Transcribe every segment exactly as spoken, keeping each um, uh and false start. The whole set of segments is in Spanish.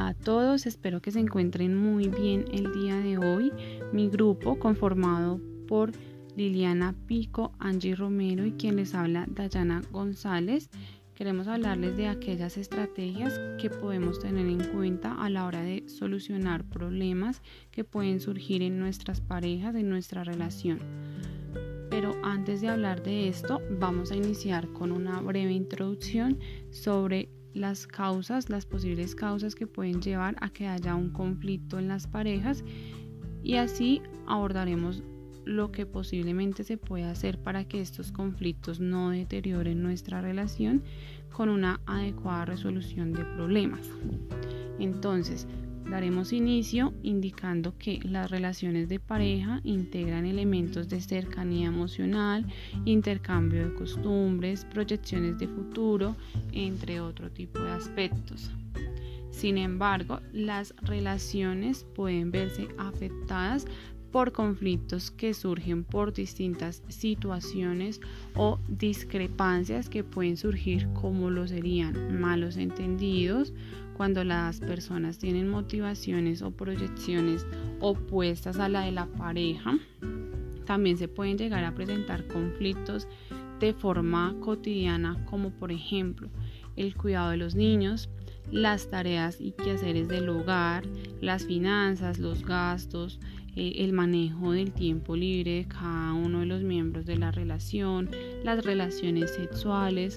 Hola a todos, espero que se encuentren muy bien el día de hoy. Mi grupo, conformado por Liliana Pico, Angie Romero y quien les habla, Dayana González, queremos hablarles de aquellas estrategias que podemos tener en cuenta a la hora de solucionar problemas que pueden surgir en nuestras parejas, en nuestra relación. Pero antes de hablar de esto, vamos a iniciar con una breve introducción sobre las causas, las posibles causas que pueden llevar a que haya un conflicto en las parejas, y así abordaremos lo que posiblemente se puede hacer para que estos conflictos no deterioren nuestra relación con una adecuada resolución de problemas. Entonces, daremos inicio indicando que las relaciones de pareja integran elementos de cercanía emocional, intercambio de costumbres, proyecciones de futuro, entre otro tipo de aspectos. Sin embargo, las relaciones pueden verse afectadas por conflictos que surgen por distintas situaciones o discrepancias que pueden surgir, como lo serían malos entendidos, cuando las personas tienen motivaciones o proyecciones opuestas a la de la pareja. También se pueden llegar a presentar conflictos de forma cotidiana, como por ejemplo el cuidado de los niños, las tareas y quehaceres del hogar, las finanzas, los gastos, eh, el manejo del tiempo libre de cada uno de los miembros de la relación, las relaciones sexuales.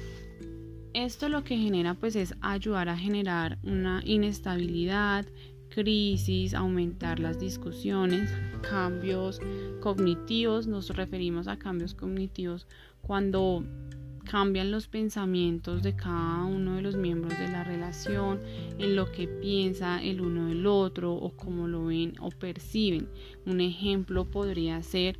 Esto lo que genera pues es ayudar a generar una inestabilidad, crisis, aumentar las discusiones, cambios cognitivos. Nos referimos a cambios cognitivos cuando cambian los pensamientos de cada uno de los miembros de la relación, en lo que piensa el uno del otro o cómo lo ven o perciben. Un ejemplo podría ser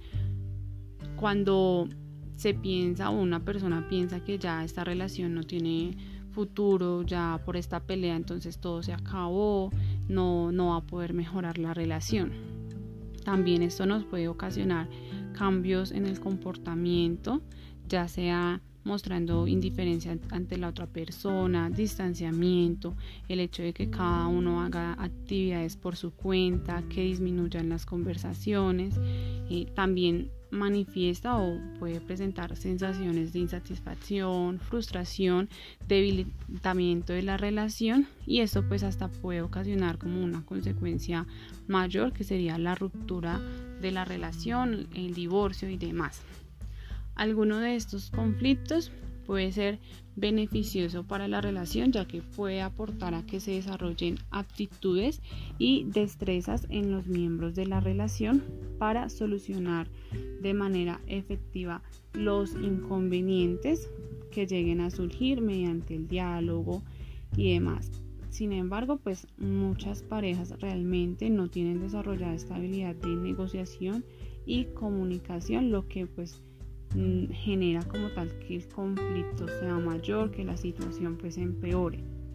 cuando se piensa o una persona piensa que ya esta relación no tiene futuro, ya por esta pelea entonces todo se acabó, no, no va a poder mejorar la relación. También esto nos puede ocasionar cambios en el comportamiento, ya sea mostrando indiferencia ante la otra persona, distanciamiento, el hecho de que cada uno haga actividades por su cuenta, que disminuyan las conversaciones. Eh, también manifiesta o puede presentar sensaciones de insatisfacción, frustración, debilitamiento de la relación, y esto pues hasta puede ocasionar como una consecuencia mayor, que sería la ruptura de la relación, el divorcio y demás. Alguno de estos conflictos puede ser beneficioso para la relación, ya que puede aportar a que se desarrollen aptitudes y destrezas en los miembros de la relación para solucionar de manera efectiva los inconvenientes que lleguen a surgir mediante el diálogo y demás. Sin embargo, pues muchas parejas realmente no tienen desarrollada esta habilidad de negociación y comunicación, lo que pues genera como tal que el conflicto sea mayor, que la situación pues empeore.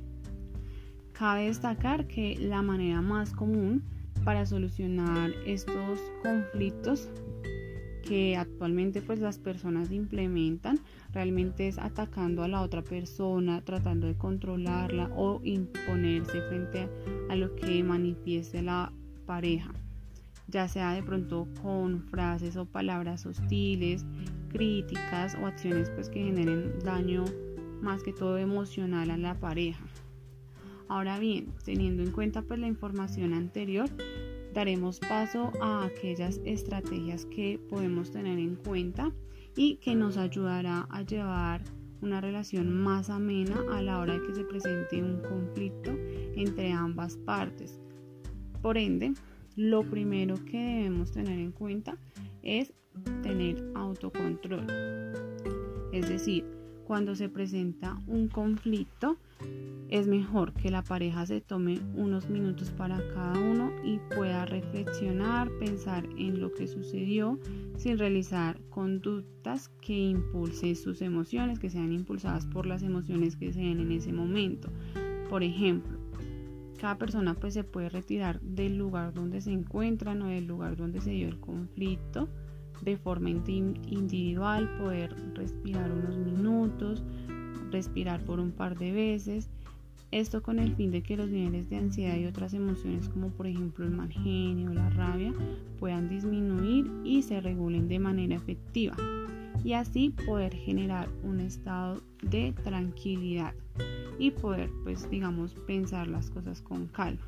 Cabe destacar que la manera más común para solucionar estos conflictos que actualmente pues las personas implementan realmente es atacando a la otra persona, tratando de controlarla o imponerse frente a lo que manifieste la pareja, ya sea de pronto con frases o palabras hostiles, críticas o acciones pues que generen daño más que todo emocional a la pareja. Ahora bien, teniendo en cuenta pues la información anterior, daremos paso a aquellas estrategias que podemos tener en cuenta y que nos ayudará a llevar una relación más amena a la hora de que se presente un conflicto entre ambas partes. Por ende, lo primero que debemos tener en cuenta es tener autocontrol. Es decir, cuando se presenta un conflicto, es mejor que la pareja se tome unos minutos para cada uno y pueda reflexionar, pensar en lo que sucedió sin realizar conductas que impulsen sus emociones, que sean impulsadas por las emociones que se den en ese momento. Por ejemplo, cada persona pues se puede retirar del lugar donde se encuentran o del lugar donde se dio el conflicto de forma individual, poder respirar unos minutos, respirar por un par de veces, Esto con el fin de que los niveles de ansiedad y otras emociones como por ejemplo el mal genio o la rabia puedan disminuir y se regulen de manera efectiva, y así poder generar un estado de tranquilidad y poder, pues digamos, pensar las cosas con calma.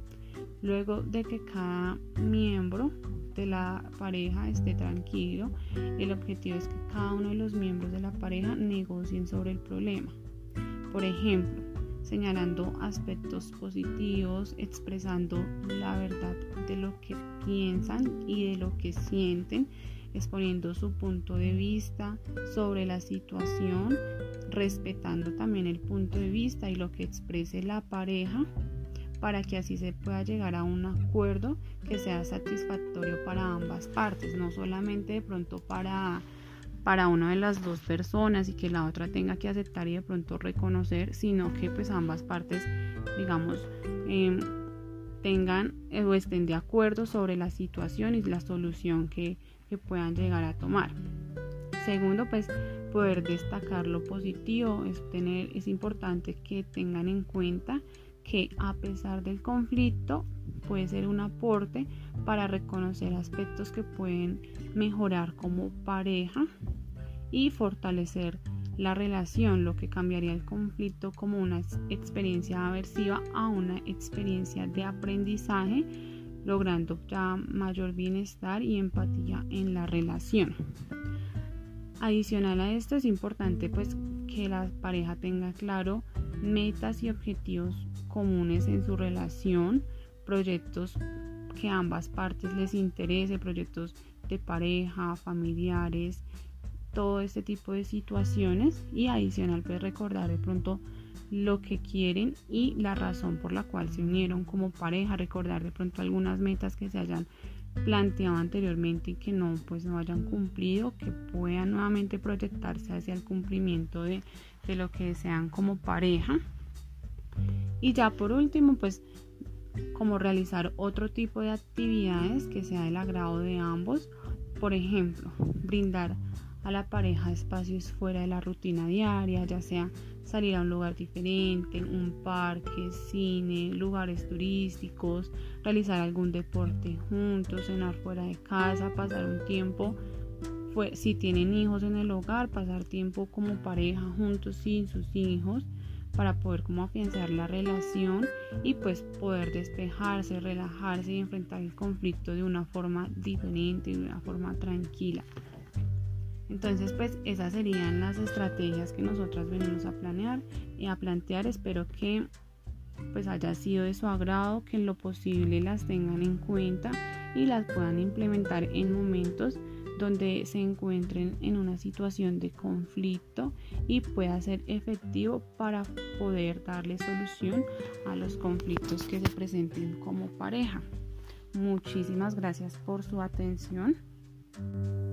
Luego de que cada miembro de la pareja esté tranquilo, el objetivo es que cada uno de los miembros de la pareja negocien sobre el problema. Por ejemplo, señalando aspectos positivos, expresando la verdad de lo que piensan y de lo que sienten, exponiendo su punto de vista sobre la situación, respetando también el punto de vista y lo que exprese la pareja, para que así se pueda llegar a un acuerdo que sea satisfactorio para ambas partes, no solamente de pronto para, para una de las dos personas y que la otra tenga que aceptar y de pronto reconocer, sino que pues ambas partes, digamos, eh, tengan eh, o estén de acuerdo sobre la situación y la solución que, que puedan llegar a tomar. Segundo, pues poder destacar lo positivo. Es, tener, es importante que tengan en cuenta que a pesar del conflicto puede ser un aporte para reconocer aspectos que pueden mejorar como pareja y fortalecer la relación, lo que cambiaría el conflicto como una experiencia aversiva a una experiencia de aprendizaje, logrando ya mayor bienestar y empatía en la relación. Adicional a esto, es importante pues que la pareja tenga claro metas y objetivos comunes en su relación, proyectos que a ambas partes les interese, proyectos de pareja, familiares, todo este tipo de situaciones, y adicional pues recordar de pronto lo que quieren y la razón por la cual se unieron como pareja, recordar de pronto algunas metas que se hayan planteado anteriormente y que no pues no hayan cumplido, que puedan nuevamente proyectarse hacia el cumplimiento de, de lo que desean como pareja. Y ya por último, pues como realizar otro tipo de actividades que sea del agrado de ambos. Por ejemplo, brindar a la pareja espacios fuera de la rutina diaria, ya sea salir a un lugar diferente, un parque, cine, lugares turísticos, realizar algún deporte juntos, cenar fuera de casa, pasar un tiempo, pues, si tienen hijos en el hogar, pasar tiempo como pareja juntos sin sus hijos, para poder como afianzar la relación y pues poder despejarse, relajarse y enfrentar el conflicto de una forma diferente, de una forma tranquila. Entonces pues esas serían las estrategias que nosotras venimos a planear y a plantear. Espero que pues haya sido de su agrado, que en lo posible las tengan en cuenta y las puedan implementar en momentos donde se encuentren en una situación de conflicto y pueda ser efectivo para poder darle solución a los conflictos que se presenten como pareja. Muchísimas gracias por su atención.